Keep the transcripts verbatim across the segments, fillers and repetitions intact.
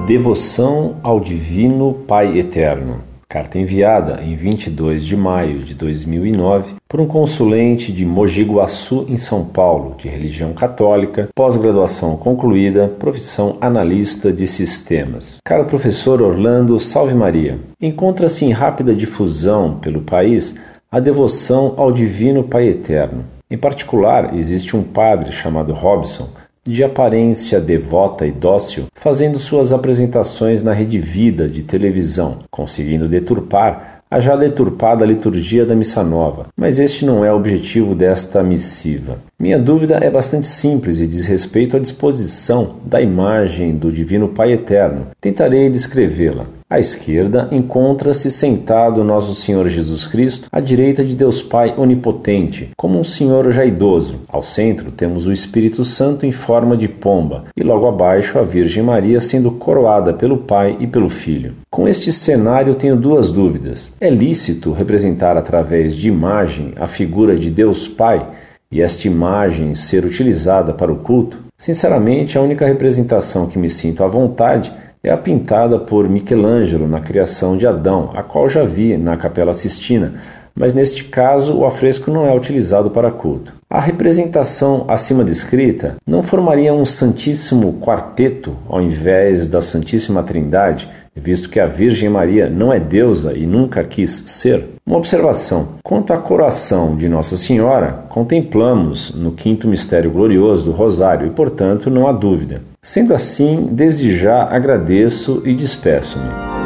Devoção ao Divino Pai Eterno. Carta enviada em vinte e dois de maio de dois mil e nove por um consulente de Mogi Guaçu, em São Paulo, de religião católica, pós-graduação concluída, profissão analista de sistemas. Caro professor Orlando, salve Maria. Encontra-se em rápida difusão pelo país a devoção ao Divino Pai Eterno. Em particular, existe um padre chamado Robson, de aparência devota e dócil, fazendo suas apresentações na Rede Vida de televisão, conseguindo deturpar a já deturpada liturgia da Missa Nova, mas este não é o objetivo desta missiva. Minha dúvida é bastante simples e diz respeito à disposição da imagem do Divino Pai Eterno. Tentarei descrevê-la. À esquerda encontra-se sentado Nosso Senhor Jesus Cristo, à direita de Deus Pai Onipotente, como um senhor já idoso. Ao centro temos o Espírito Santo em forma de pomba, e logo abaixo a Virgem Maria sendo coroada pelo Pai e pelo Filho. Com este cenário tenho duas dúvidas. É lícito representar através de imagem a figura de Deus Pai e esta imagem ser utilizada para o culto? Sinceramente, a única representação que me sinto à vontade é a pintada por Michelangelo na criação de Adão, a qual já vi na Capela Sistina, mas neste caso o afresco não é utilizado para culto. A representação acima descrita não formaria um Santíssimo Quarteto ao invés da Santíssima Trindade, visto que a Virgem Maria não é deusa e nunca quis ser? Uma observação. Quanto à coroação de Nossa Senhora, contemplamos no quinto mistério glorioso do Rosário e, portanto, não há dúvida. Sendo assim, desde já agradeço e despeço-me.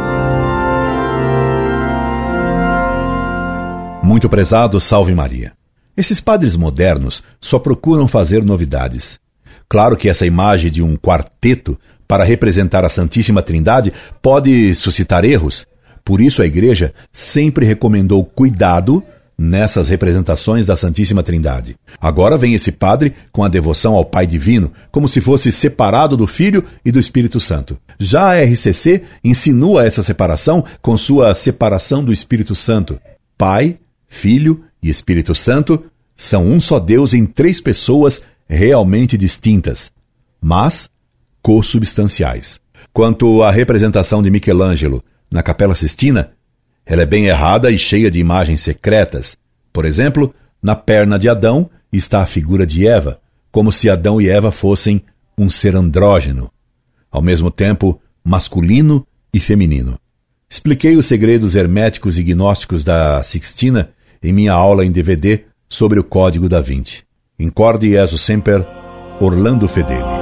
Muito prezado, salve Maria. Esses padres modernos só procuram fazer novidades. Claro que essa imagem de um quarteto para representar a Santíssima Trindade pode suscitar erros. Por isso a Igreja sempre recomendou cuidado nessas representações da Santíssima Trindade. Agora vem esse padre com a devoção ao Pai Divino, como se fosse separado do Filho e do Espírito Santo. Já a R C C insinua essa separação com sua separação do Espírito Santo. Pai, Filho e Espírito Santo são um só Deus em três pessoas realmente distintas, mas consubstanciais. Quanto à representação de Michelangelo na Capela Sistina, ela é bem errada e cheia de imagens secretas. Por exemplo, na perna de Adão está a figura de Eva, como se Adão e Eva fossem um ser andrógeno, ao mesmo tempo masculino e feminino. Expliquei os segredos herméticos e gnósticos da Sixtina em minha aula em D V D sobre o Código da Vinci. Incorde Jesus Semper, Orlando Fedeli.